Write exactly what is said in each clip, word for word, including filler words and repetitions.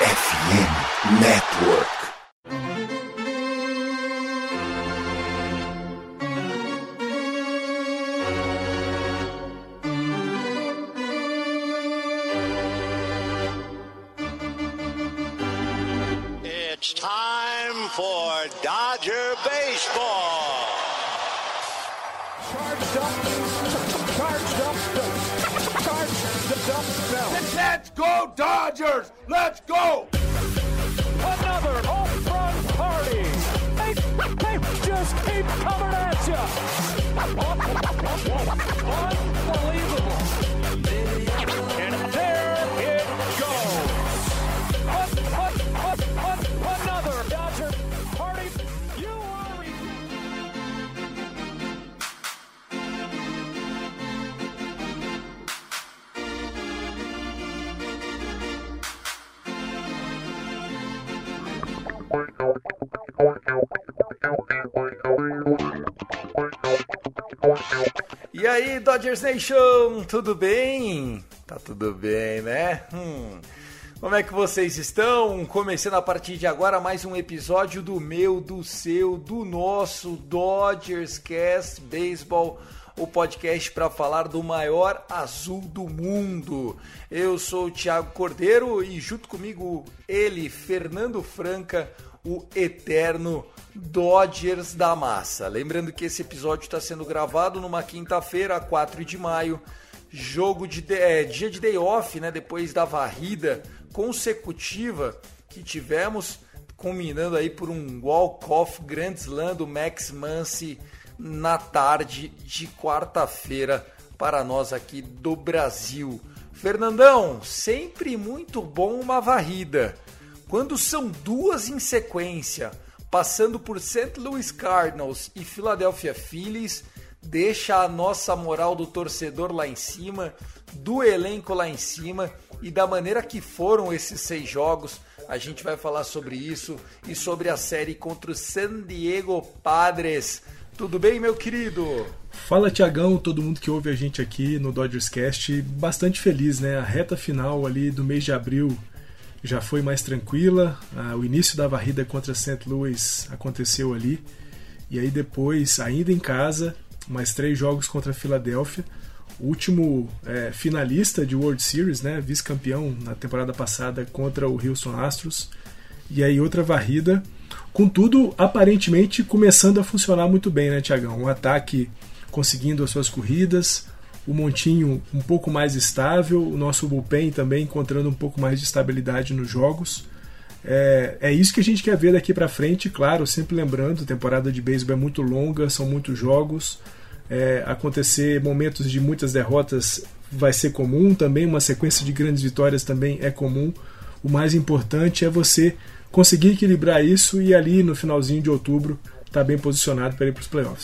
F M Network. It's time for Dodger baseball. Charged up, charged up, charged up. Let's go Dodgers! Let's go! Another home run party. They, they just keep coming at you. Unbelievable. And there it goes. An, an, an, an, another Dodger party. You are. E aí, Dodgers Nation, tudo bem? Tá tudo bem, né? Hum. Como é que vocês estão? Começando a partir de agora mais um episódio do meu, do seu, do nosso Dodgers Cast Baseball, o podcast para falar do maior azul do mundo. Eu sou o Thiago Cordeiro e junto comigo ele, Fernando Franca, o eterno Dodgers da massa. Lembrando que esse episódio está sendo gravado numa quinta-feira, quatro de maio, jogo de é, dia de day off, né? Depois da varrida consecutiva que tivemos, culminando aí por um walk-off Grand Slam do Max Muncy na tarde de quarta-feira para nós aqui do Brasil. Fernandão, sempre muito bom uma varrida. Quando são duas em sequência, passando por Saint Louis Cardinals e Philadelphia Phillies, deixa a nossa moral do torcedor lá em cima, do elenco lá em cima, e da maneira que foram esses seis jogos, a gente vai falar sobre isso e sobre a série contra o San Diego Padres. Tudo bem, meu querido? Fala, Tiagão, todo mundo que ouve a gente aqui no Dodgers Cast, bastante feliz, né? A reta final ali do mês de abril já foi mais tranquila, ah, o início da varrida contra Saint Louis aconteceu ali, e aí depois, ainda em casa, mais três jogos contra a Filadélfia, o último é, finalista de World Series, né, vice-campeão na temporada passada contra o Houston Astros, e aí outra varrida, com tudo aparentemente começando a funcionar muito bem, né, Tiagão? O ataque conseguindo as suas corridas, o montinho um pouco mais estável, o nosso bullpen também encontrando um pouco mais de estabilidade nos jogos. É, é isso que a gente quer ver daqui para frente, claro, sempre lembrando, a temporada de beisebol é muito longa, são muitos jogos, é, acontecer momentos de muitas derrotas vai ser comum, também uma sequência de grandes vitórias também é comum. O mais importante é você conseguir equilibrar isso e ali no finalzinho de outubro está bem posicionado para ir para os playoffs.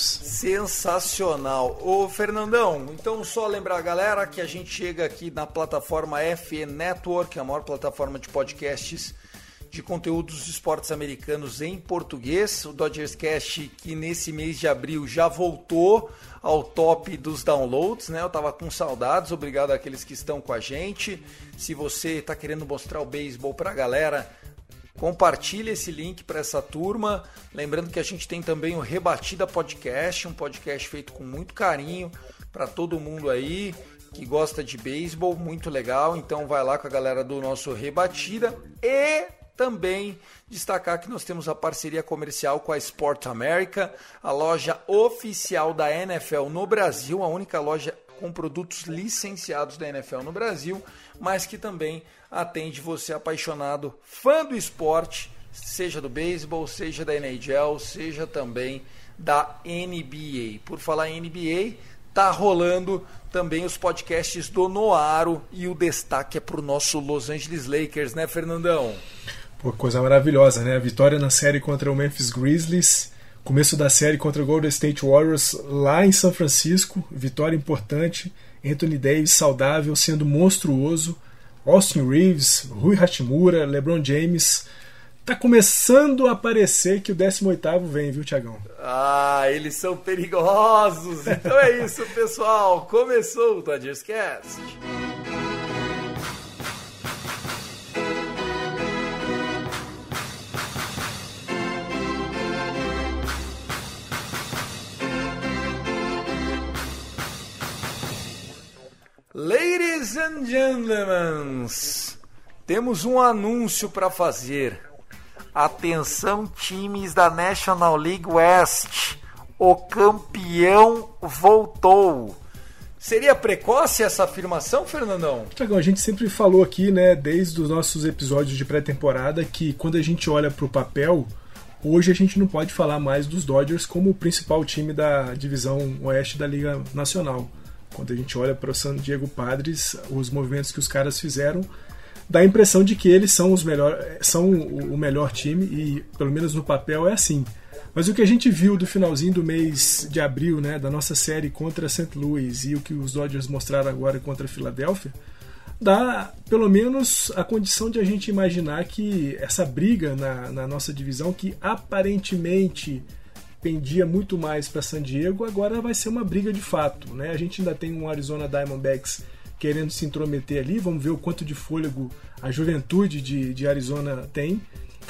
Sensacional. Ô Fernandão, então só lembrar a galera que a gente chega aqui na plataforma F M Network, a maior plataforma de podcasts de conteúdos dos esportes americanos em português. O Dodgers Cast, que nesse mês de abril já voltou ao top dos downloads, né? Eu tava com saudades, obrigado àqueles que estão com a gente. Se você está querendo mostrar o beisebol para a galera, compartilhe esse link para essa turma. Lembrando que a gente tem também o Rebatida Podcast, um podcast feito com muito carinho para todo mundo aí que gosta de beisebol, muito legal. Então vai lá com a galera do nosso Rebatida. E também destacar que nós temos a parceria comercial com a Sport America, a loja oficial da N F L no Brasil, a única loja com produtos licenciados da N F L no Brasil, mas que também atende você apaixonado, fã do esporte, seja do beisebol, seja da N H L, seja também da N B A. Por falar em N B A, tá rolando também os podcasts do Noaro e o destaque é pro nosso Los Angeles Lakers, né, Fernandão? Pô, coisa maravilhosa, né? A vitória na série contra o Memphis Grizzlies, começo da série contra o Golden State Warriors lá em São Francisco, vitória importante, Anthony Davis saudável, sendo monstruoso, Austin Reeves, Rui Hachimura, LeBron James. Tá começando a aparecer que o décimo oitavo vem, viu, Thiagão? Ah, eles são perigosos. Então é isso, pessoal. Começou o Dodgers Cast. Ladies and gentlemen, temos um anúncio para fazer. Atenção, times da National League West, o campeão voltou. Seria precoce essa afirmação, Fernandão? Tiagão, a gente sempre falou aqui, né, desde os nossos episódios de pré-temporada, que quando a gente olha para o papel, hoje a gente não pode falar mais dos Dodgers como o principal time da divisão oeste da Liga Nacional. Quando a gente olha para o San Diego Padres, os movimentos que os caras fizeram, dá a impressão de que eles são, os melhor, são o melhor time e, pelo menos no papel, é assim. Mas o que a gente viu do finalzinho do mês de abril, né, da nossa série contra Saint Louis e o que os Dodgers mostraram agora contra a Filadélfia, dá pelo menos a condição de a gente imaginar que essa briga na, na nossa divisão, que aparentemente pendia muito mais para San Diego, agora vai ser uma briga de fato, né? A gente ainda tem um Arizona Diamondbacks querendo se intrometer ali, vamos ver o quanto de fôlego a juventude de, de Arizona tem,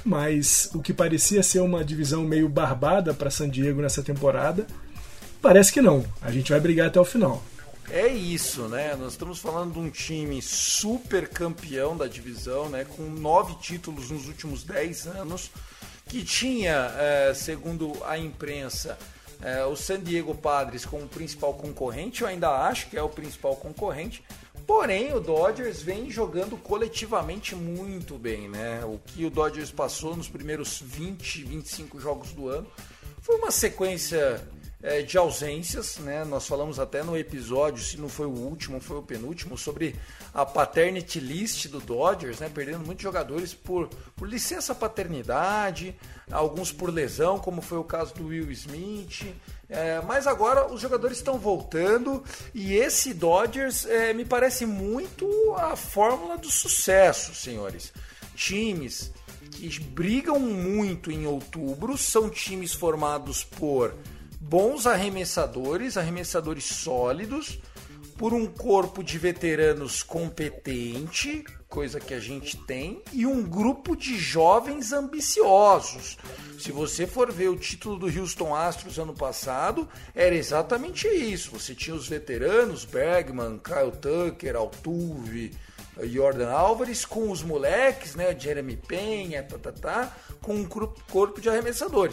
mas o que parecia ser uma divisão meio barbada para San Diego nessa temporada, parece que não, a gente vai brigar até o final. É isso, né? Nós estamos falando de um time super campeão da divisão, né? Com nove títulos nos últimos dez anos, que tinha, é, segundo a imprensa, é, o San Diego Padres como principal concorrente. Eu ainda acho que é o principal concorrente, porém o Dodgers vem jogando coletivamente muito bem, né? O que o Dodgers passou nos primeiros vinte, vinte e cinco jogos do ano foi uma sequência é, de ausências, né? Nós falamos até no episódio, se não foi o último, foi o penúltimo, sobre a paternity list do Dodgers, né? Perdendo muitos jogadores por, por licença paternidade, alguns por lesão, como foi o caso do Will Smith. É, mas agora os jogadores estão voltando e esse Dodgers é, me parece muito a fórmula do sucesso, senhores. Times que brigam muito em outubro são times formados por bons arremessadores, arremessadores sólidos, por um corpo de veteranos competente, coisa que a gente tem, e um grupo de jovens ambiciosos. Se você for ver o título do Houston Astros ano passado, era exatamente isso. Você tinha os veteranos, Bergman, Kyle Tucker, Altuve, Jordan Álvares, com os moleques, né, Jeremy Penha, tá, tá, tá, com um corpo de arremessadores.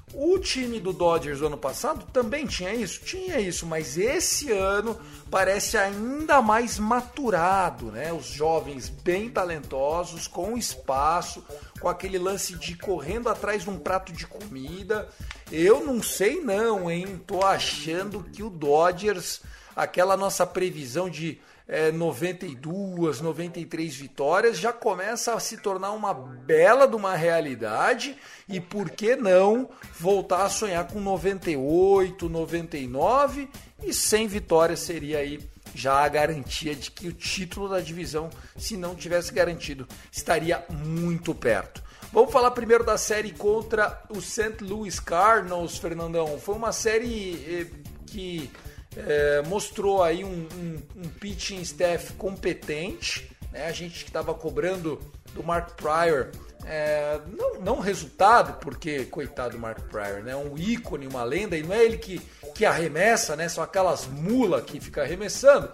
O time do Dodgers do ano passado também tinha isso? Tinha isso, mas esse ano parece ainda mais maturado, né? Os jovens bem talentosos, com espaço, com aquele lance de correndo atrás de um prato de comida. Eu não sei não, hein? Tô achando que o Dodgers, aquela nossa previsão de é, noventa e duas, noventa e três vitórias, já começa a se tornar uma bela de uma realidade, e por que não voltar a sonhar com noventa e oito, noventa e nove, e cem vitórias seria aí já a garantia de que o título da divisão, se não tivesse garantido, estaria muito perto. Vamos falar primeiro da série contra o Saint Louis Cardinals, Fernandão. Foi uma série eh, que É, mostrou aí um, um, um pitching staff competente, né? A gente que estava cobrando do Mark Prior, é, não, não resultado, porque coitado do Mark Prior, né? Um ícone, uma lenda, e não é ele que, que arremessa, né? São aquelas mulas que ficam arremessando,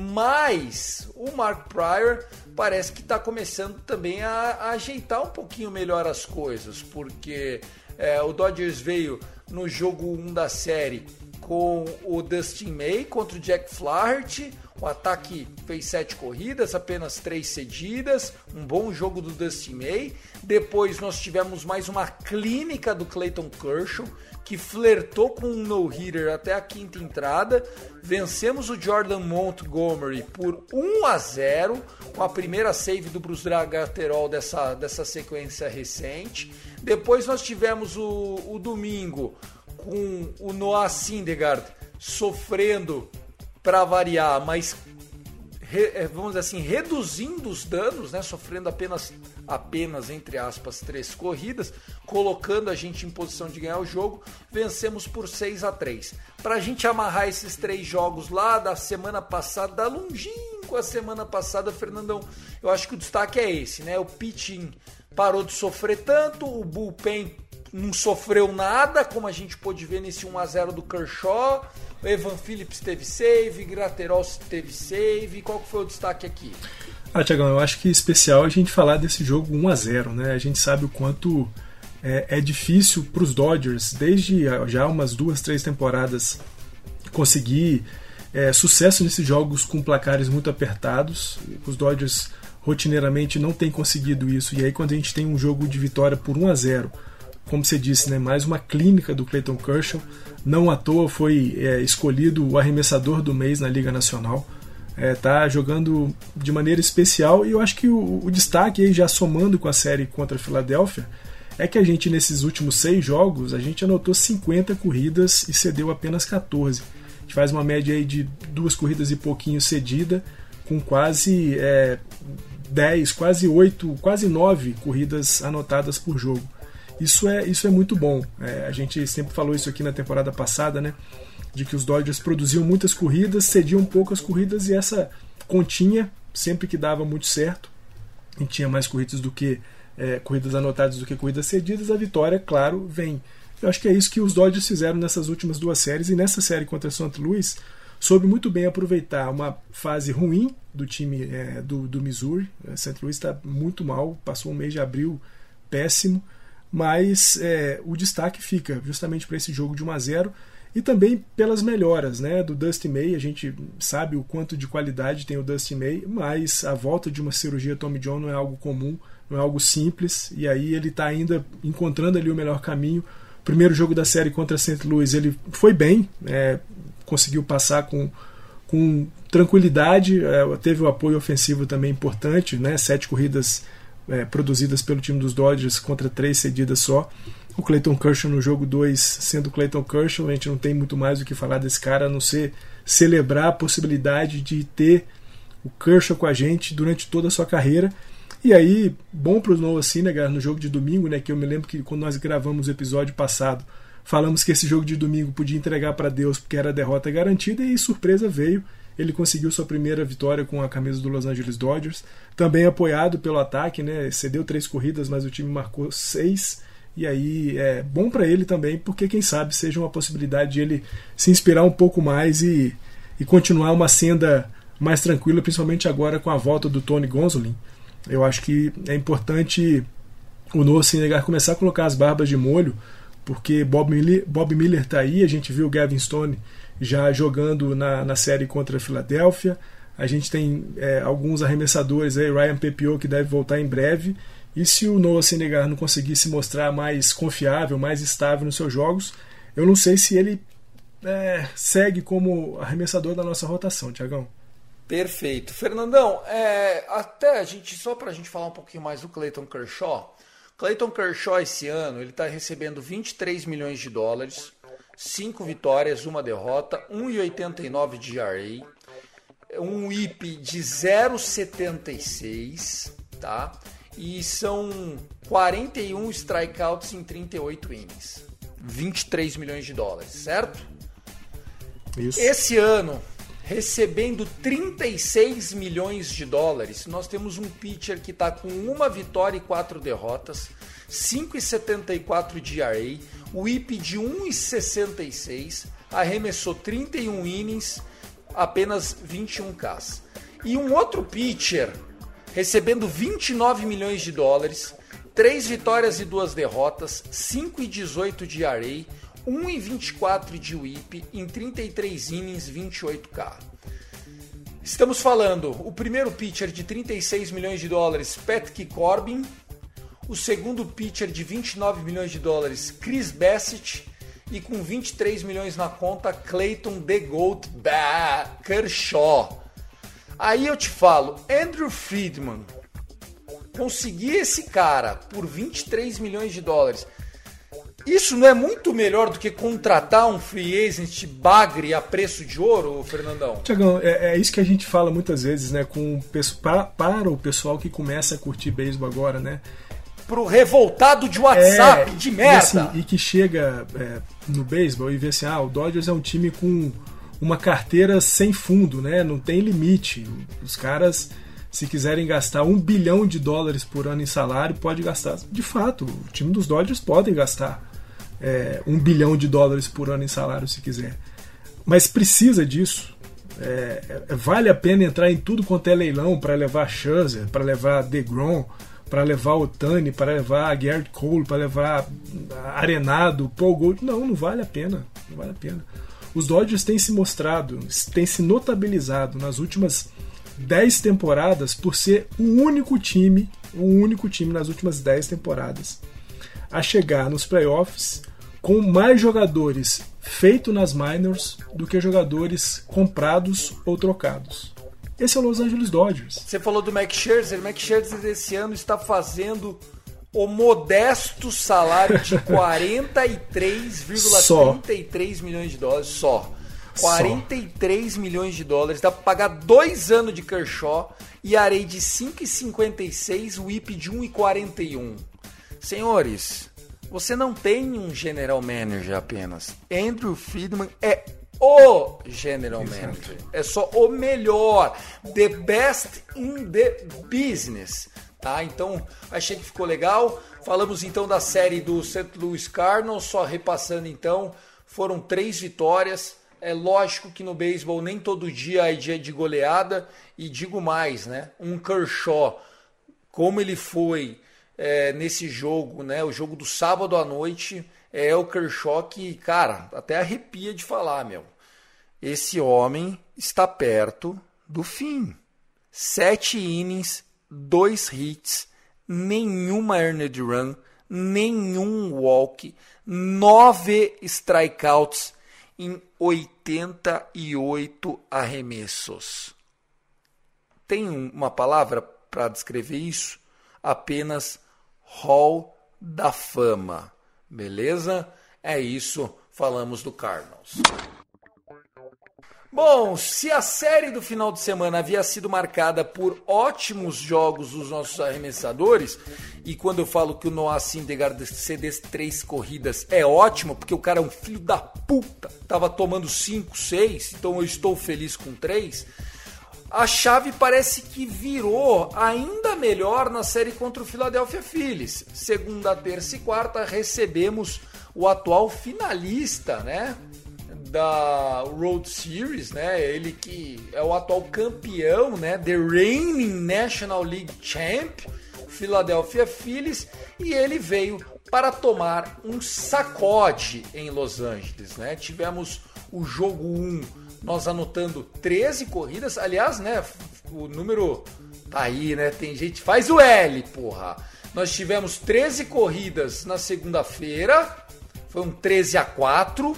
mas o Mark Prior parece que está começando também a, a ajeitar um pouquinho melhor as coisas, porque é, o Dodgers veio no jogo um da série com o Dustin May contra o Jack Flaherty. O ataque fez sete corridas, apenas três cedidas, um bom jogo do Dustin May. Depois nós tivemos mais uma clínica do Clayton Kershaw, que flertou com um no-hitter até a quinta entrada. Vencemos o Jordan Montgomery por um a zero, com a primeira save do Bruce Dragaterol dessa, dessa sequência recente. Depois nós tivemos o, o domingo com o Noah Syndergaard sofrendo para variar, mas re, vamos dizer assim, reduzindo os danos, né? Sofrendo apenas, apenas, entre aspas, três corridas, colocando a gente em posição de ganhar o jogo. Vencemos por seis a três. Para a gente amarrar esses três jogos lá da semana passada, da longínqua semana passada, Fernandão, eu acho que o destaque é esse, né? O pitching parou de sofrer tanto, o bullpen não sofreu nada, como a gente pôde ver nesse um a zero do Kershaw. O Evan Phillips teve save, Graterol teve save. Qual que foi o destaque aqui? Ah, Tiagão, eu acho que é especial a gente falar desse jogo um a zero, né? A gente sabe o quanto é, é difícil para os Dodgers, desde já umas duas, três temporadas, conseguir é, sucesso nesses jogos com placares muito apertados. Os Dodgers rotineiramente não têm conseguido isso, e aí quando a gente tem um jogo de vitória por um a zero, como você disse, né, mais uma clínica do Clayton Kershaw, não à toa foi é, escolhido o arremessador do mês na Liga Nacional. Está é, jogando de maneira especial, e eu acho que o, o destaque aí, já somando com a série contra a Filadélfia, é que a gente nesses últimos seis jogos a gente anotou cinquenta corridas e cedeu apenas quatorze. A gente faz uma média aí de duas corridas e pouquinho cedida, com quase é, dez, quase oito, quase nove corridas anotadas por jogo. Isso é, isso é muito bom. É, a gente sempre falou isso aqui na temporada passada, né? De que os Dodgers produziam muitas corridas, cediam poucas corridas, e essa continha, sempre que dava muito certo, e tinha mais corridas do que é, corridas anotadas do que corridas cedidas, a vitória, claro, vem. Eu acho que é isso que os Dodgers fizeram nessas últimas duas séries, e nessa série contra Saint Louis soube muito bem aproveitar uma fase ruim do time é, do, do Missouri. Saint Louis está muito mal, passou um mês de abril péssimo, mas é, o destaque fica justamente para esse jogo de um a zero, e também pelas melhoras, né, do Dusty May. A gente sabe o quanto de qualidade tem o Dusty May, mas a volta de uma cirurgia Tommy John não é algo comum, não é algo simples, e aí ele está ainda encontrando ali o melhor caminho. O primeiro jogo da série contra Saint Louis ele foi bem, é, conseguiu passar com, com tranquilidade, é, teve o apoio ofensivo também importante, né, sete corridas é, produzidas pelo time dos Dodgers contra três cedidas só. O Clayton Kershaw no jogo dois, sendo Clayton Kershaw, a gente não tem muito mais o que falar desse cara, a não ser celebrar a possibilidade de ter o Kershaw com a gente durante toda a sua carreira. E aí, bom para o Noah Syndergaard no jogo de domingo, né, que eu me lembro que quando nós gravamos o episódio passado, falamos que esse jogo de domingo podia entregar para Deus porque era a derrota garantida, e surpresa veio. Ele conseguiu sua primeira vitória com a camisa do Los Angeles Dodgers, também apoiado pelo ataque, né, cedeu três corridas, mas o time marcou seis. E aí é bom para ele também, porque quem sabe seja uma possibilidade de ele se inspirar um pouco mais e, e continuar uma senda mais tranquila, principalmente agora com a volta do Tony Gonsolin. Eu acho que é importante o Noah Syndergaard começar a colocar as barbas de molho, porque Bob Miller, Bob Miller tá aí, a gente viu o Gavin Stone já jogando na, na série contra a Filadélfia, a gente tem é, alguns arremessadores aí, Ryan Pepiot, que deve voltar em breve. E se o Noah Syndergaard não conseguir se mostrar mais confiável, mais estável nos seus jogos, eu não sei se ele é, segue como arremessador da nossa rotação, Tiagão. Perfeito. Fernandão, é, até a gente, só para a gente falar um pouquinho mais do Clayton Kershaw. Clayton Kershaw esse ano ele está recebendo vinte e três milhões de dólares, cinco vitórias, uma derrota, um vírgula oitenta e nove de E R A, um I P de zero vírgula setenta e seis, tá? E são quarenta e um strikeouts em trinta e oito innings. vinte e três milhões de dólares, certo? Isso. Esse ano, recebendo trinta e seis milhões de dólares, nós temos um pitcher que está com uma vitória e quatro derrotas, cinco vírgula setenta e quatro de E R A, o I P de um vírgula sessenta e seis, arremessou trinta e um innings, apenas vinte e um Ks. E um outro pitcher recebendo vinte e nove milhões de dólares, três vitórias e duas derrotas, cinco vírgula dezoito de E R A, um vírgula vinte e quatro de W I P em trinta e três innings, vinte e oito K. Estamos falando o primeiro pitcher de trinta e seis milhões de dólares, Patrick Corbin, o segundo pitcher de vinte e nove milhões de dólares, Chris Bassitt, e com vinte e três milhões na conta, Clayton The Goat bah, Kershaw. Aí eu te falo, Andrew Friedman, conseguir esse cara por vinte e três milhões de dólares, isso não é muito melhor do que contratar um free agent bagre a preço de ouro, Fernandão? Tiagão, é, é isso que a gente fala muitas vezes, né, com, para, para o pessoal que começa a curtir beisebol agora, né? Pro revoltado de WhatsApp, é, de merda! E, assim, e que chega é, no beisebol e vê assim, ah, o Dodgers é um time com uma carteira sem fundo, né? Não tem limite. Os caras Se quiserem gastar um bilhão de dólares por ano em salário, pode gastar. De fato, o time dos Dodgers podem gastar é, um bilhão de dólares por ano em salário se quiser. Mas precisa disso. É, é, vale a pena entrar em tudo quanto é leilão para levar Scherzer, para levar DeGrom, para levar Ohtani, para levar Gerrit Cole, para levar Arenado, Paul Gold. Não, não vale a pena. Não vale a pena. Os Dodgers têm se mostrado, têm se notabilizado nas últimas dez temporadas por ser o único time, o único time nas últimas dez temporadas a chegar nos playoffs com mais jogadores feitos nas minors do que jogadores comprados ou trocados. Esse é o Los Angeles Dodgers. Você falou do Max Scherzer. O Max Scherzer esse ano está fazendo o modesto salário de quarenta e três vírgula trinta e três milhões de dólares só. quarenta e três milhões de dólares, dá pra pagar dois anos de Kershaw, E A R A de cinco vírgula cinquenta e seis, o whip de um vírgula quarenta e um. Senhores, você não tem um general manager apenas. Andrew Friedman é o general manager. É só o melhor. The best in the business. Tá? Então, achei que ficou legal. Falamos então da série do Saint Louis Cardinals, só repassando então, foram três vitórias. É lógico que no beisebol nem todo dia é dia de goleada, e digo mais, né? Um Kershaw, como ele foi é, nesse jogo, né? O jogo do sábado à noite, é o Kershaw que, cara, até arrepia de falar, meu. Esse homem está perto do fim. Sete innings, dois hits, nenhuma earned run, nenhum walk, nove strikeouts em oitenta e oito arremessos. Tem uma palavra para descrever isso? Apenas Hall da Fama. Beleza? É isso, falamos do Cardinals. Bom, se a série do final de semana havia sido marcada por ótimos jogos dos nossos arremessadores, e quando eu falo que o Noah Syndergaard cedeu três corridas é ótimo, porque o cara é um filho da puta, tava tomando cinco, seis, então eu estou feliz com três, a chave parece que virou ainda melhor na série contra o Philadelphia Phillies. Segunda, terça e quarta recebemos o atual finalista, né? Da World Series, né? Ele que é o atual campeão, né? The reigning National League Champ, Philadelphia Phillies, e ele veio para tomar um sacode em Los Angeles, né? Tivemos o jogo um, nós anotando treze corridas, aliás, né? O número tá aí, né? Tem gente, faz o L, porra. Nós tivemos treze corridas na segunda-feira, foi um treze a quatro,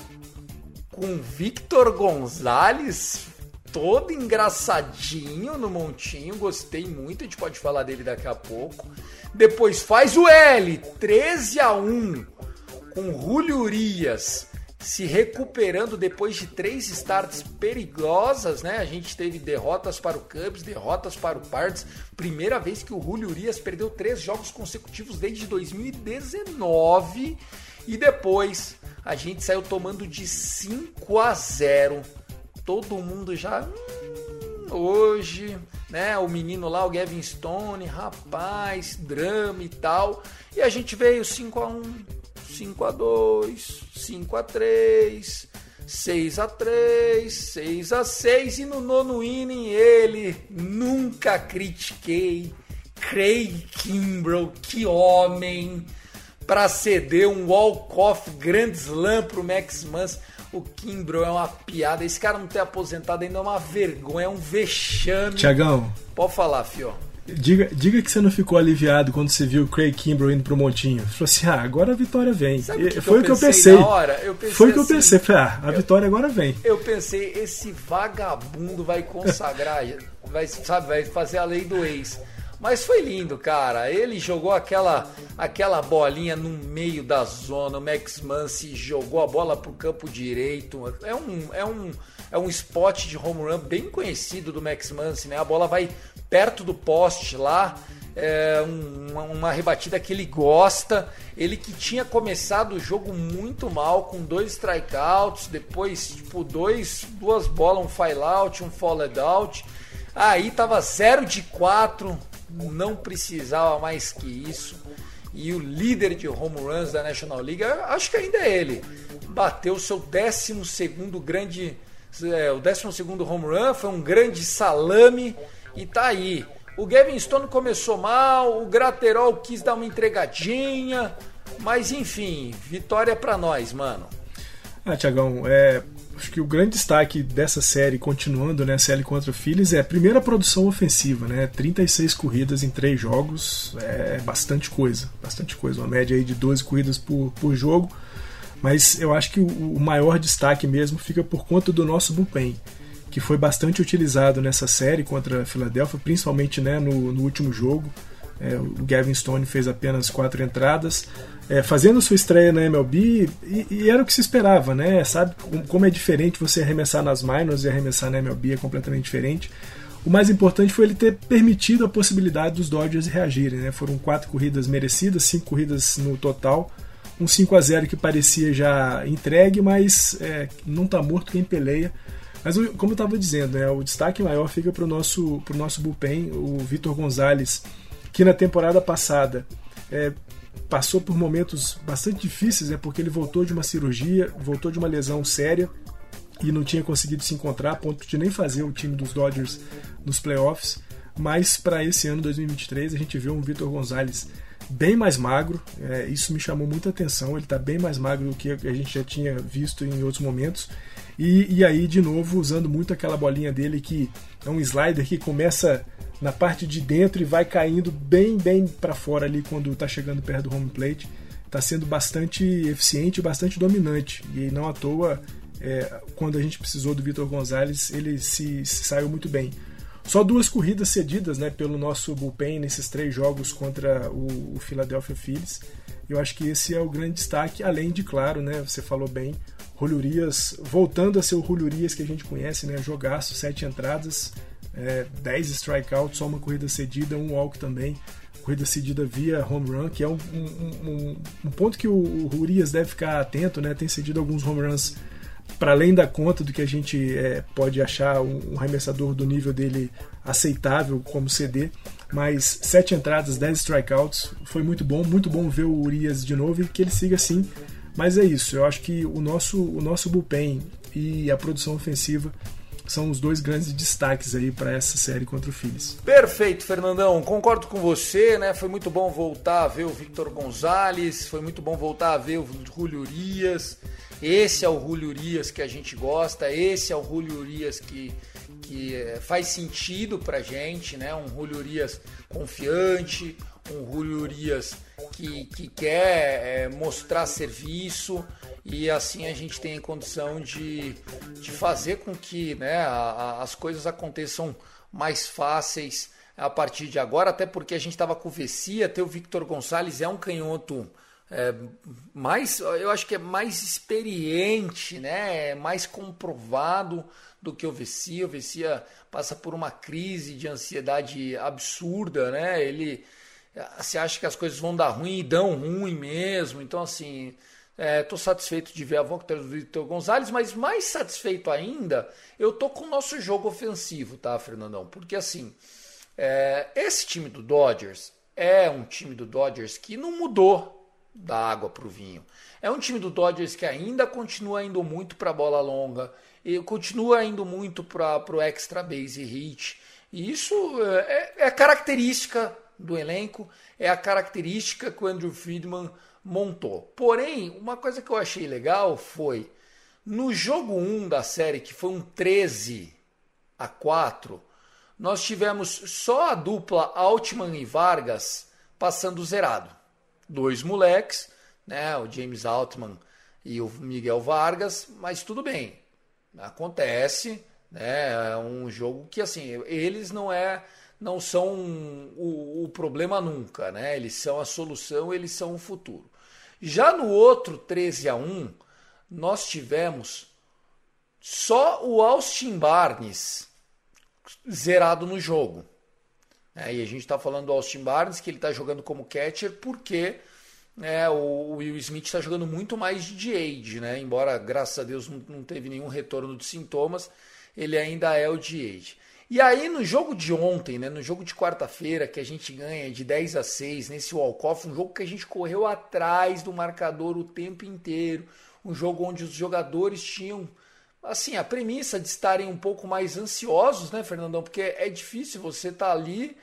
com Victor Gonzalez todo engraçadinho no montinho, gostei muito, a gente pode falar dele daqui a pouco. Depois faz o L, treze a um, com Julio Urias se recuperando depois de três starts perigosas, né? A gente teve derrotas para o Cubs, derrotas para o Pirates, primeira vez que o Julio Urias perdeu três jogos consecutivos desde dois mil e dezenove, e depois a gente saiu tomando de cinco a zero. Todo mundo já... Hum, hoje, né? O menino lá, o Gavin Stone, rapaz, drama e tal. E a gente veio cinco a um, cinco a dois, cinco a três, seis a três, seis a seis. E no nono inning, ele, nunca critiquei, Craig Kimbrel, que homem... para ceder um walk-off Grand Slam pro Max Muncy. O Kimbrel é uma piada. Esse cara não ter aposentado ainda é uma vergonha, é um vexame. Tiagão, pode falar, fio. Diga, diga que você não ficou aliviado quando você viu o Craig Kimbrel indo pro montinho. Você falou assim, ah, agora a vitória vem. Sabe que Foi que o que eu pensei. Na hora? Eu pensei Foi o que assim, eu pensei. Falei, ah, a eu, vitória agora vem. Eu pensei, esse vagabundo vai consagrar, vai, sabe, vai fazer a lei do ex. Mas foi lindo, cara. Ele jogou aquela, aquela bolinha no meio da zona. O Max Muncy jogou a bola pro campo direito. É um, é um, é um spot de home run bem conhecido do Max Muncy, né? A bola vai perto do poste lá. É uma, uma rebatida que ele gosta. Ele que tinha começado o jogo muito mal, com dois strikeouts. Depois, tipo, dois, duas bolas, um file out, um fouled out. Aí tava zero de quatro, não precisava mais que isso. E o líder de home runs da National League, acho que ainda é ele, bateu o seu décimo segundo grande, é, o décimo segundo home run, foi um grande salame e tá aí. O Gavin Stone começou mal, o Graterol quis dar uma entregadinha, mas enfim, vitória pra nós, mano. Ah, Tiagão, é, acho que o grande destaque dessa série, continuando, né, a série contra o Phillies, é a primeira produção ofensiva, né, trinta e seis corridas em três jogos, é bastante coisa, bastante coisa, uma média aí de doze corridas por, por jogo, mas eu acho que o, o maior destaque mesmo fica por conta do nosso bullpen, que foi bastante utilizado nessa série contra a Filadélfia, principalmente, né, no, no último jogo. É, o Gavin Stone fez apenas quatro entradas, é, fazendo sua estreia na M L B, e, e era o que se esperava, né? Sabe como é diferente você arremessar nas minors e arremessar na M L B, é completamente diferente. O mais importante foi ele ter permitido a possibilidade dos Dodgers reagirem, né? Foram quatro corridas merecidas, cinco corridas no total, um cinco a zero que parecia já entregue, mas é, não está morto quem peleia. Mas, como eu estava dizendo, né, o destaque maior fica para o nosso, pro nosso bullpen, o Vitor Gonzalez, que na temporada passada é, passou por momentos bastante difíceis, né, porque ele voltou de uma cirurgia, voltou de uma lesão séria e não tinha conseguido se encontrar a ponto de nem fazer o time dos Dodgers nos playoffs. Mas para esse ano dois mil e vinte e três a gente viu um Vitor Gonzalez bem mais magro, é, isso me chamou muita atenção, ele está bem mais magro do que a gente já tinha visto em outros momentos. E, e aí, de novo, usando muito aquela bolinha dele que é um slider que começa na parte de dentro e vai caindo bem, bem para fora ali quando está chegando perto do home plate. Está sendo bastante eficiente e bastante dominante. E não à toa, é, quando a gente precisou do Vitor Gonzalez, ele se, se saiu muito bem. Só duas corridas cedidas, né, pelo nosso bullpen nesses três jogos contra o, o Philadelphia Phillies. Eu acho que esse é o grande destaque, além de, claro, né, você falou bem, Julio Urias, voltando a ser o Julio Urias que a gente conhece, né, jogaço, sete entradas, é, dez strikeouts, só uma corrida cedida, um walk também, corrida cedida via home run, que é um, um, um, um ponto que o, o Urias deve ficar atento, né, tem cedido alguns home runs para além da conta do que a gente é, pode achar um, um arremessador do nível dele aceitável como C D, mas sete entradas, dez strikeouts, foi muito bom, muito bom ver o Urias de novo e que ele siga assim. Mas é isso, eu acho que o nosso, o nosso bullpen e a produção ofensiva são os dois grandes destaques aí para essa série contra o Phillies. Perfeito, Fernandão, concordo com você, né? Foi muito bom voltar a ver o Vitor Gonzalez, foi muito bom voltar a ver o Julio Urias. Esse é o Julio Urias que a gente gosta, esse é o Julio Urias que, que faz sentido pra gente, né? Um Julio Urias confiante, um Julio Urias que, que quer é, mostrar serviço, e assim a gente tem a condição de, de fazer com que, né, a, a, as coisas aconteçam mais fáceis a partir de agora, até porque a gente estava com o Vesia, até o Vitor Gonzalez é um canhoto é, mais, eu acho que é mais experiente, né, mais comprovado do que o Vesia. O Vesia passa por uma crise de ansiedade absurda, né, ele se acha que as coisas vão dar ruim e dão ruim mesmo, então assim, estou é, satisfeito de ver a volta do Vitor Gonzalez, mas mais satisfeito ainda eu tô com o nosso jogo ofensivo, tá, Fernandão? Porque assim, é, esse time do Dodgers é um time do Dodgers que não mudou da água pro vinho. É um time do Dodgers que ainda continua indo muito para a bola longa, e continua indo muito para o extra base hit, e isso é, é característica do elenco, é a característica que o Andrew Friedman montou. Porém, uma coisa que eu achei legal foi, no jogo um da série, que foi um treze a quatro, nós tivemos só a dupla Altman e Vargas passando zerado. Dois moleques, né, o James Altman e o Miguel Vargas, mas tudo bem, acontece, né, é um jogo que assim, eles não é... não são o, o problema nunca, né? Eles são a solução, eles são o futuro. Já no outro treze a um, nós tivemos só o Austin Barnes zerado no jogo. É, e a gente está falando do Austin Barnes, que ele está jogando como catcher, porque é, o Will Smith está jogando muito mais de D H, né? Embora, graças a Deus, não, não teve nenhum retorno de sintomas, ele ainda é o D H. E aí no jogo de ontem, né, no jogo de quarta-feira, que a gente ganha de dez a seis nesse walk-off, um jogo que a gente correu atrás do marcador o tempo inteiro, um jogo onde os jogadores tinham, assim, a premissa de estarem um pouco mais ansiosos, né, Fernandão? Porque é difícil, você tá ali,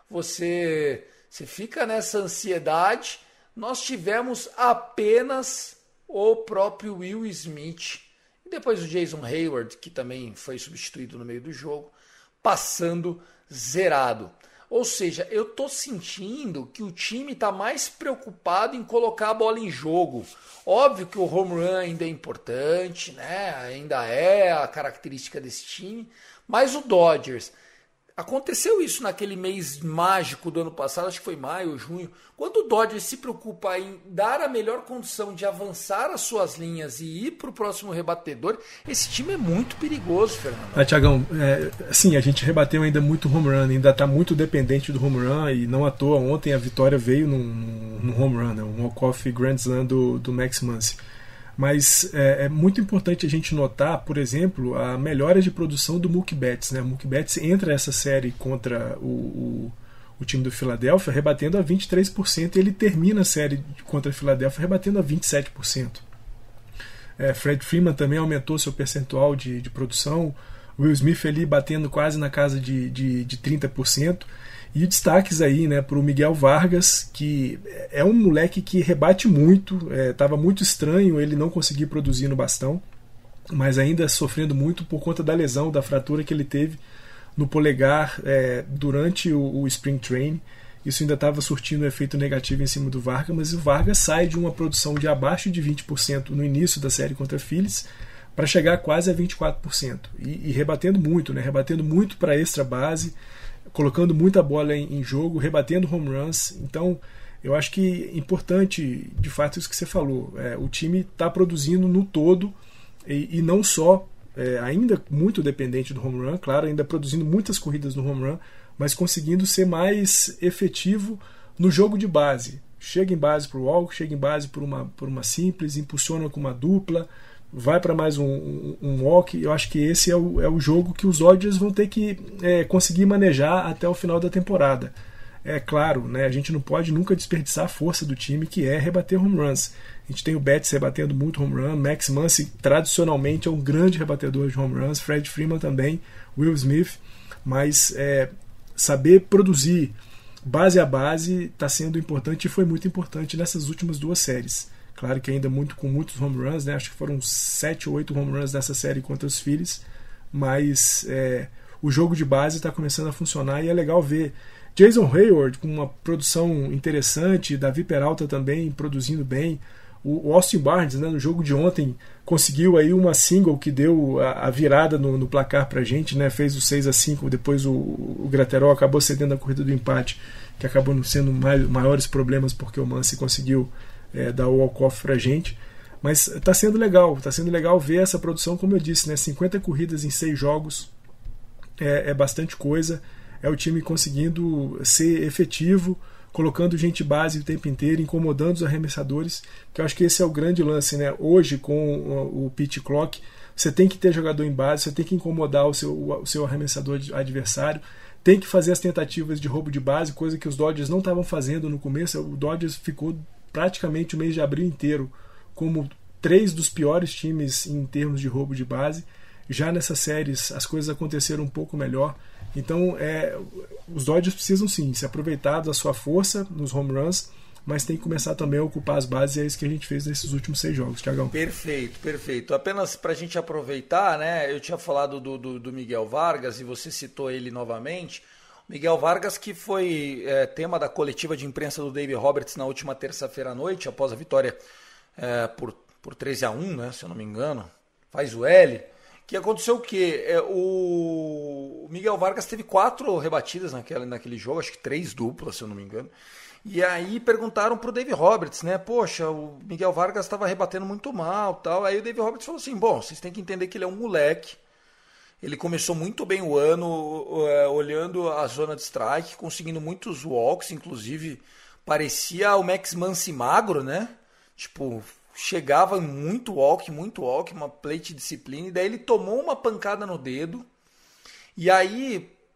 você, você fica nessa ansiedade. Nós tivemos apenas o próprio Will Smith e depois o Jason Hayward, que também foi substituído no meio do jogo, passando zerado. Ou seja, eu tô sentindo que o time está mais preocupado em colocar a bola em jogo. Óbvio que o home run ainda é importante, né? Ainda é a característica desse time, mas o Dodgers, aconteceu isso naquele mês mágico do ano passado, acho que foi maio ou junho, quando o Dodgers se preocupa em dar a melhor condição de avançar as suas linhas e ir para o próximo rebatedor, esse time é muito perigoso, Fernando. Ah, Tiagão, é, assim, a gente rebateu ainda muito home run, ainda está muito dependente do home run, e não à toa, ontem a vitória veio num, num home run, né, um walk-off grand slam do, do Max Muncy. Mas é, é muito importante a gente notar, por exemplo, a melhora de produção do Mookie Betts, né? O Mookie Betts entra essa série contra o, o, o time do Philadelphia rebatendo a vinte e três por cento e ele termina a série contra a Philadelphia rebatendo a vinte e sete por cento. É, Fred Freeman também aumentou seu percentual de, de produção, Will Smith ali batendo quase na casa de, de, de trinta por cento. E destaques aí, né, para o Miguel Vargas, que é um moleque que rebate muito, estava é, muito estranho ele não conseguir produzir no bastão, mas ainda sofrendo muito por conta da lesão, da fratura que ele teve no polegar é, durante o, o Spring Training. Isso ainda estava surtindo um efeito negativo em cima do Vargas, mas o Vargas sai de uma produção de abaixo de vinte por cento no início da série contra Phillies para chegar quase a vinte e quatro por cento. E, e rebatendo muito, né, rebatendo muito para extra base, colocando muita bola em, em jogo, rebatendo home runs. Então eu acho que é importante, de fato, isso que você falou. É, o time está produzindo no todo e, e não só, é, ainda muito dependente do home run, claro, ainda produzindo muitas corridas no home run, mas conseguindo ser mais efetivo no jogo de base. Chega em base para o walk, chega em base por uma, por uma simples, impulsiona com uma dupla, vai para mais um, um, um walk. Eu acho que esse é o, é o jogo que os Dodgers vão ter que é, conseguir manejar até o final da temporada. É claro, né, a gente não pode nunca desperdiçar a força do time, que é rebater home runs. A gente tem o Betts rebatendo muito home run, Max Muncy tradicionalmente é um grande rebatedor de home runs, Fred Freeman também, Will Smith, mas é, saber produzir base a base está sendo importante e foi muito importante nessas últimas duas séries. Claro que ainda muito com muitos home runs, né? Acho que foram sete ou oito home runs nessa série contra os Phillies, mas é, o jogo de base está começando a funcionar e é legal ver Jason Hayward com uma produção interessante, Davi Peralta também produzindo bem, o Austin Barnes, né, no jogo de ontem conseguiu aí uma single que deu a, a virada no, no placar pra gente, né? Fez o seis a cinco, depois o, o Graterol acabou cedendo a corrida do empate, que acabou não sendo mais, maiores problemas porque o Muncy conseguiu É, dar o walk-off pra gente, mas tá sendo legal, tá sendo legal ver essa produção, como eu disse, né, cinquenta corridas em seis jogos é, é bastante coisa, é o time conseguindo ser efetivo, colocando gente base o tempo inteiro, incomodando os arremessadores, que eu acho que esse é o grande lance, né? Hoje com o, o pitch clock, você tem que ter jogador em base, você tem que incomodar o seu, o seu arremessador adversário, tem que fazer as tentativas de roubo de base, coisa que os Dodgers não estavam fazendo no começo. O Dodgers ficou praticamente o mês de abril inteiro como três dos piores times em termos de roubo de base. Já nessas séries as coisas aconteceram um pouco melhor. Então é, os Dodgers precisam sim se aproveitar da sua força nos home runs, mas tem que começar também a ocupar as bases, e é isso que a gente fez nesses últimos seis jogos, Thiagão. Perfeito, perfeito. Apenas para a gente aproveitar, né? Eu tinha falado do, do, do Miguel Vargas e você citou ele novamente. Miguel Vargas, que foi é, tema da coletiva de imprensa do Dave Roberts na última terça-feira à noite, após a vitória é, por, por três a um, né, se eu não me engano, faz o L, que aconteceu o quê? É, o Miguel Vargas teve quatro rebatidas naquele, naquele jogo, acho que três duplas, se eu não me engano, e aí perguntaram pro Dave Roberts, né, poxa, o Miguel Vargas estava rebatendo muito mal, tal. Aí o Dave Roberts falou assim, bom, vocês têm que entender que ele é um moleque. Ele começou muito bem o ano, uh, olhando a zona de strike, conseguindo muitos walks, inclusive parecia o Max Muncy magro, né? Tipo, chegava muito walk, muito walk, uma plate disciplina, e daí ele tomou uma pancada no dedo, e aí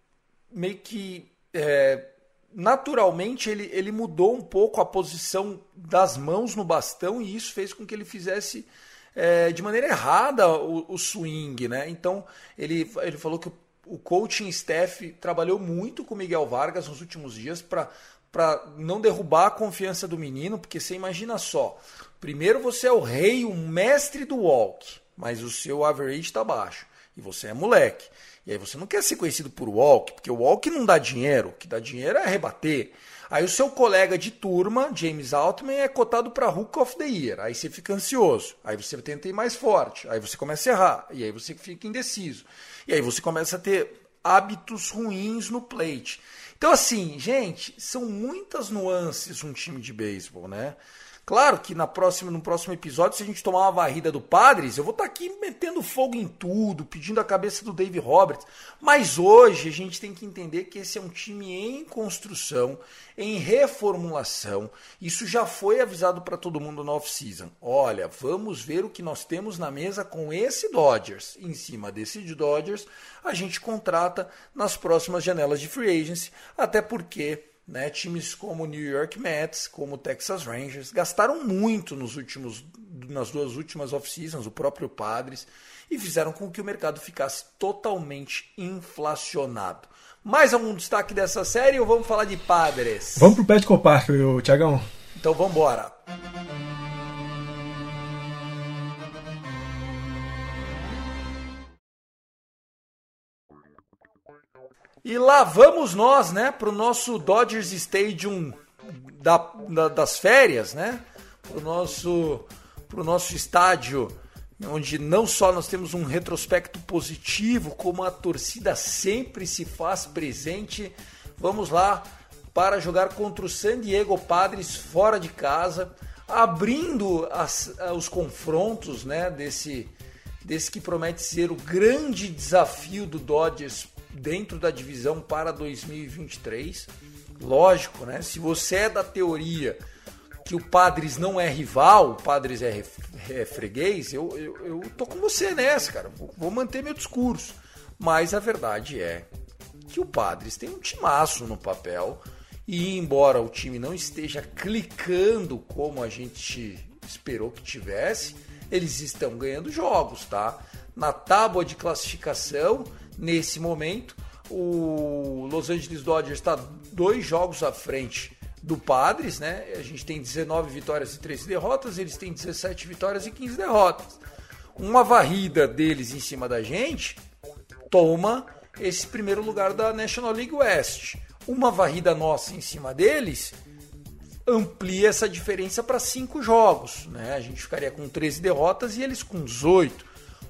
meio que é, naturalmente ele, ele mudou um pouco a posição das mãos no bastão e isso fez com que ele fizesse é, de maneira errada o, o swing, né? Então ele, ele falou que o, o coaching staff trabalhou muito com o Miguel Vargas nos últimos dias para para não derrubar a confiança do menino, porque você imagina só, primeiro você é o rei, o mestre do walk, mas o seu average está baixo, e você é moleque, e aí você não quer ser conhecido por walk, porque o walk não dá dinheiro, o que dá dinheiro é rebater. Aí o seu colega de turma, James Altman, é cotado para Hook of the Year, aí você fica ansioso, aí você tenta ir mais forte, aí você começa a errar, e aí você fica indeciso, e aí você começa a ter hábitos ruins no plate. Então, assim, gente, são muitas nuances um time de beisebol, né? Claro que na próxima, no próximo episódio, se a gente tomar uma varrida do Padres, eu vou estar aqui metendo fogo em tudo, pedindo a cabeça do Dave Roberts. Mas hoje a gente tem que entender que esse é um time em construção, em reformulação. Isso já foi avisado para todo mundo na off-season. Olha, vamos ver o que nós temos na mesa com esse Dodgers. Em cima desse Dodgers, a gente contrata nas próximas janelas de free agency, até porque... Né, times como o New York Mets, como o Texas Rangers, gastaram muito nos últimos, nas duas últimas off-seasons, o próprio Padres, e fizeram com que o mercado ficasse totalmente inflacionado. Mais algum destaque dessa série ou vamos falar de Padres? Vamos pro Petco Park, Thiagão. Então vamos embora. E lá vamos nós, né, para o nosso Dodgers Stadium da, da, das férias, né, para o nosso, pro nosso estádio, onde não só nós temos um retrospecto positivo, como a torcida sempre se faz presente. Vamos lá para jogar contra o San Diego Padres fora de casa, abrindo as, os confrontos, né, desse, desse que promete ser o grande desafio do Dodgers dentro da divisão para dois mil e vinte e três. Lógico, né? Se você é da teoria que o Padres não é rival, o Padres é, é freguês, eu, eu, eu tô com você nessa, cara. Vou, vou manter meu discurso. Mas a verdade é que o Padres tem um timaço no papel e embora o time não esteja clicando como a gente esperou que tivesse, eles estão ganhando jogos, tá? Na tábua de classificação, nesse momento, o Los Angeles Dodgers está dois jogos à frente do Padres, né? A gente tem dezenove vitórias e treze derrotas, eles têm dezessete vitórias e quinze derrotas. Uma varrida deles em cima da gente toma esse primeiro lugar da National League West. Uma varrida nossa em cima deles amplia essa diferença para cinco jogos, né? A gente ficaria com treze derrotas e eles com dezoito.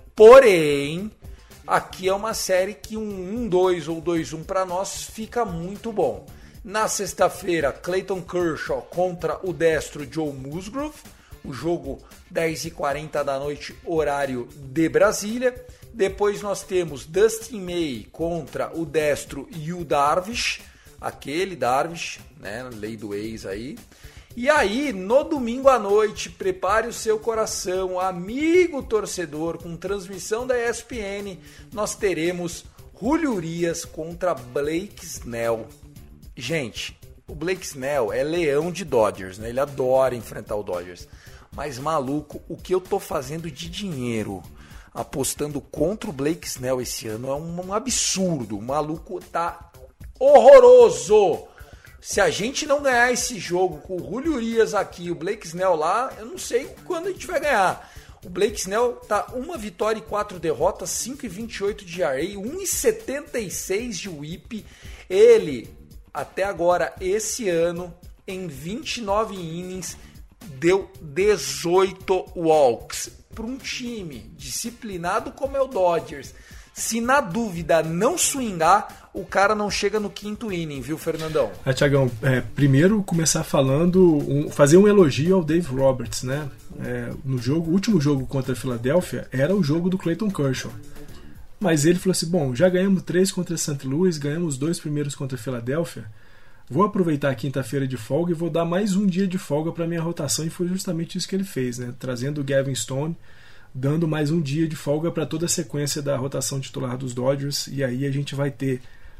Porém, aqui é uma série que um um dois ou dois um para nós fica muito bom. Na sexta-feira, Clayton Kershaw contra o destro Joe Musgrove. O jogo dez e quarenta da noite, horário de Brasília. Depois nós temos Dustin May contra o destro Yu Darvish. Aquele Darvish, né? Lei do ex aí. E aí, no domingo à noite, prepare o seu coração, amigo torcedor, com transmissão da E S P N, nós teremos Julio Urias contra Blake Snell. Gente, o Blake Snell é leão de Dodgers, né? Ele adora enfrentar o Dodgers. Mas, maluco, o que eu tô fazendo de dinheiro apostando contra o Blake Snell esse ano é um, um absurdo. O maluco tá horroroso. Se a gente não ganhar esse jogo com o Julio Urias aqui e o Blake Snell lá, eu não sei quando a gente vai ganhar. O Blake Snell tá uma vitória e quatro derrotas, cinco e vinte e oito de E R A, um e setenta e seis de whip. Ele, até agora, esse ano, em vinte e nove innings, deu dezoito walks. Para um time disciplinado como é o Dodgers, se na dúvida não swingar, o cara não chega no quinto inning, viu, Fernandão? Ah, Thiagão, é, primeiro começar falando, um, fazer um elogio ao Dave Roberts, né? É, no jogo, o último jogo contra a Filadélfia era o jogo do Clayton Kershaw. Mas ele falou assim, bom, já ganhamos três contra Saint Louis, ganhamos os dois primeiros contra a Filadélfia, vou aproveitar a quinta-feira de folga e vou dar mais um dia de folga para minha rotação, e foi justamente isso que ele fez, né? Trazendo o Gavin Stone, dando mais um dia de folga para toda a sequência da rotação titular dos Dodgers, e aí a gente vai ter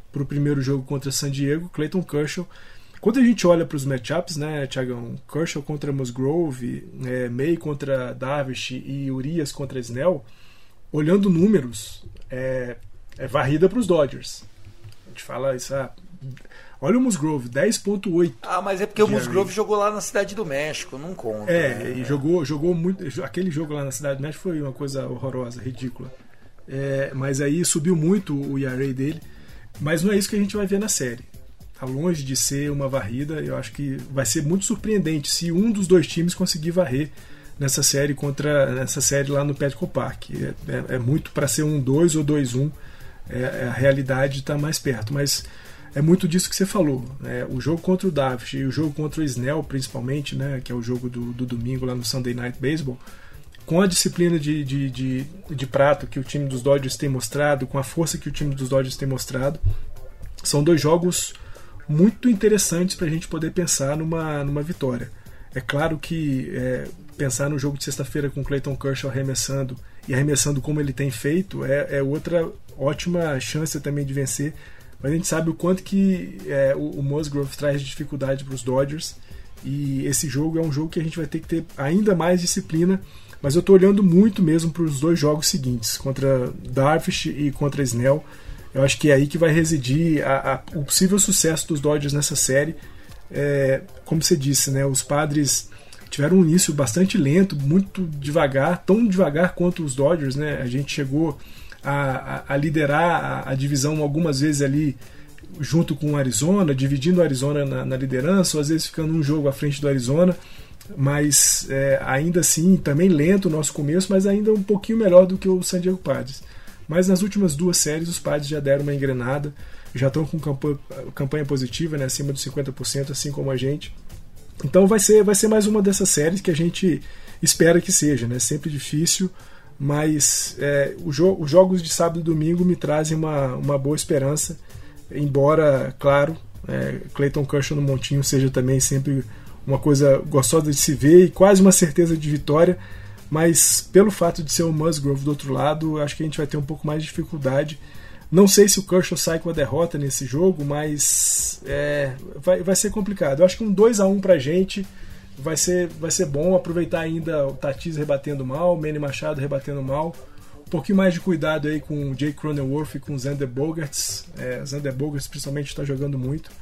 para o primeiro jogo contra San Diego, Clayton Kershaw. Quando a gente olha para os matchups, né, Thiagão, Kershaw contra Musgrove, é, May contra Darvish e Urias contra Snell, olhando números, é, é varrida para os Dodgers. A gente fala isso, ah, olha o Musgrove, dez ponto oito. Ah, mas é porque o Musgrove jogou lá na Cidade do México, não conta. É, né? e jogou, jogou muito. Aquele jogo lá na Cidade do México foi uma coisa horrorosa, ridícula. É, mas aí subiu muito o E R A dele. Mas não é isso que a gente vai ver na série. Tá longe de ser uma varrida. Eu acho que vai ser muito surpreendente se um dos dois times conseguir varrer nessa série contra nessa série lá no Petco Park. É, é, é muito para ser um dois ou dois um. É, a realidade está mais perto. Mas é muito disso que você falou, né? O jogo contra o Darvish e o jogo contra o Snell, principalmente, né? Que é o jogo do, do domingo lá no Sunday Night Baseball, com a disciplina de, de, de, de prato que o time dos Dodgers tem mostrado, com a força que o time dos Dodgers tem mostrado, são dois jogos muito interessantes para a gente poder pensar numa, numa vitória. É claro que é, pensar no jogo de sexta-feira com o Clayton Kershaw arremessando e arremessando como ele tem feito é, é outra ótima chance também de vencer. Mas a gente sabe o quanto que é, o, o Musgrove traz dificuldade para os Dodgers, e esse jogo é um jogo que a gente vai ter que ter ainda mais disciplina, mas eu estou olhando muito mesmo para os dois jogos seguintes, contra Darvish e contra Snell. Eu acho que é aí que vai residir a, a, o possível sucesso dos Dodgers nessa série. É, como você disse, né, os Padres tiveram um início bastante lento, muito devagar, tão devagar quanto os Dodgers, né? A gente chegou A, a, a liderar a, a divisão algumas vezes ali junto com o Arizona, dividindo o Arizona na, na liderança, ou às vezes ficando um jogo à frente do Arizona, mas é, ainda assim também lento o nosso começo, mas ainda um pouquinho melhor do que o San Diego Padres. Mas nas últimas duas séries os Padres já deram uma engrenada, já estão com campanha, campanha positiva, né, acima dos cinquenta por cento, assim como a gente. Então vai ser, vai ser mais uma dessas séries que a gente espera que seja, né? Sempre difícil, mas é, o jo- os jogos de sábado e domingo me trazem uma, uma boa esperança, embora, claro, é, Clayton Kershaw no montinho seja também sempre uma coisa gostosa de se ver e quase uma certeza de vitória, mas pelo fato de ser o Musgrove do outro lado, acho que a gente vai ter um pouco mais de dificuldade. Não sei se o Kershaw sai com a derrota nesse jogo, mas é, vai, vai ser complicado. Eu acho que um dois a um pra gente vai ser, vai ser bom. Aproveitar ainda o Tatis rebatendo mal, o Manny Machado rebatendo mal. Um pouquinho mais de cuidado aí com o Jake Cronenworth e com o Xander Bogaerts. É, Xander Bogaerts principalmente está jogando muito.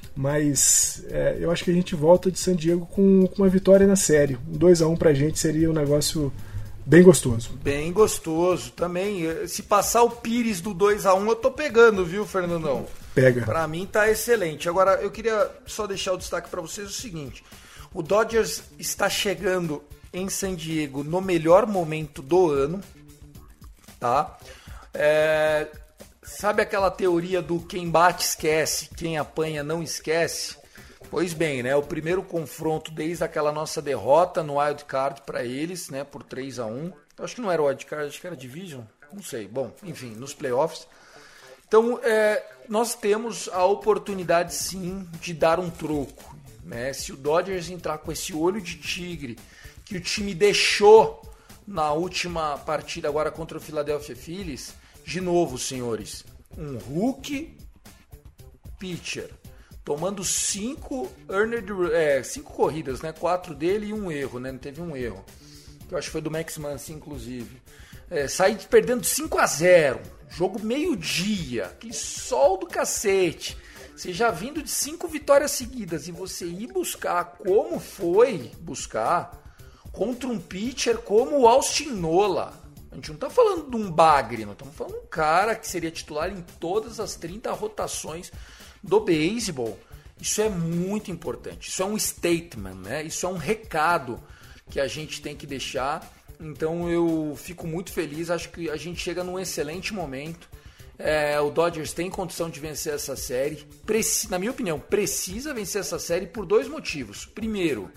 Mas é, eu acho que a gente volta de San Diego com, com uma vitória na série. Um dois a um pra gente seria um negócio bem gostoso. Bem gostoso também. Se passar o Pires do dois a um, eu tô pegando, viu, Fernandão? Pega. Pra mim tá excelente. Agora, eu queria só deixar o destaque pra vocês o seguinte. O Dodgers está chegando em San Diego no melhor momento do ano, tá? É, sabe aquela teoria do quem bate esquece, quem apanha não esquece? Pois bem, né? O primeiro confronto desde aquela nossa derrota no Wild Card para eles, né? Por três a um. Eu acho que não era o Wild Card, acho que era Division. Não sei. Bom, enfim, nos playoffs. Então, é, nós temos a oportunidade, sim, de dar um troco. Né? Se o Dodgers entrar com esse olho de tigre que o time deixou na última partida agora contra o Philadelphia Phillies, de novo, senhores, um rookie pitcher tomando cinco, earned, é, cinco corridas, né? Quatro dele e um erro, né? Não teve um erro. Que eu acho que foi do Max Muncy, inclusive. É, sair perdendo cinco a zero. Jogo meio-dia. Que sol do cacete. Você já vindo de cinco vitórias seguidas e você ir buscar como foi buscar contra um pitcher como o Austin Nola. A gente não tá falando de um bagre, não estamos falando de um cara que seria titular em todas as trinta rotações do beisebol. Isso é muito importante. Isso é um statement, né? Isso é um recado que a gente tem que deixar. Então eu fico muito feliz. Acho que a gente chega num excelente momento. É, o Dodgers tem condição de vencer essa série. Preci- na minha opinião, precisa vencer essa série por dois motivos. Primeiro,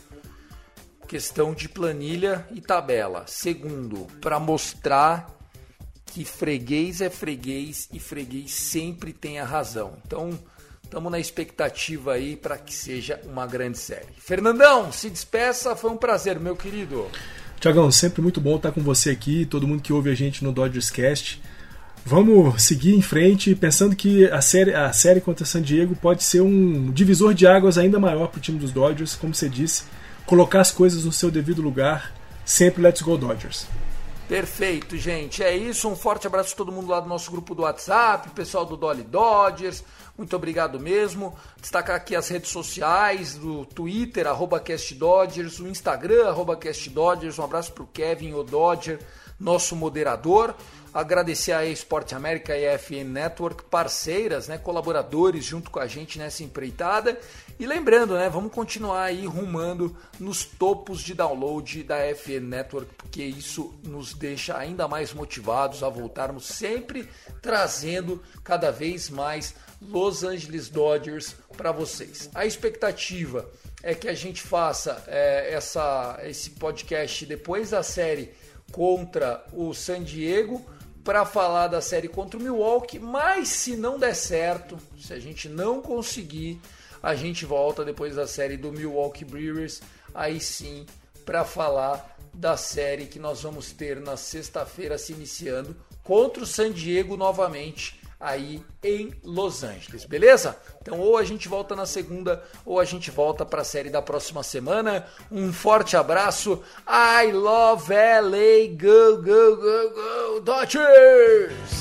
questão de planilha e tabela. Segundo, para mostrar que freguês é freguês e freguês sempre tem a razão. Então, estamos na expectativa aí para que seja uma grande série. Fernandão, se despeça, foi um prazer, meu querido. Tiagão, sempre muito bom estar com você aqui, todo mundo que ouve a gente no Dodgers Cast. Vamos seguir em frente, pensando que a série, a série contra San Diego pode ser um divisor de águas ainda maior para o time dos Dodgers, como você disse, colocar as coisas no seu devido lugar, sempre Let's Go Dodgers. Perfeito, gente, é isso, um forte abraço a todo mundo lá do nosso grupo do WhatsApp, pessoal do Dolly Dodgers, muito obrigado mesmo. Destacar aqui as redes sociais, do Twitter, arroba CastDodgers, o Instagram, arroba CastDodgers, um abraço pro Kevin, o Dodger, nosso moderador. Agradecer a Esporte América e a F N Network, parceiras, né, colaboradores junto com a gente nessa empreitada. E lembrando, né, vamos continuar aí rumando nos topos de download da F N Network, porque isso nos deixa ainda mais motivados a voltarmos sempre trazendo cada vez mais Los Angeles Dodgers para vocês. A expectativa é que a gente faça é, essa, esse podcast depois da série contra o San Diego, para falar da série contra o Milwaukee, mas se não der certo, se a gente não conseguir, a gente volta depois da série do Milwaukee Brewers, aí sim, para falar da série que nós vamos ter na sexta-feira se iniciando contra o San Diego novamente, aí em Los Angeles, beleza? Então ou a gente volta na segunda ou a gente volta para a série da próxima semana. Um forte abraço. I love L A. Go, go, go, go, Dodgers!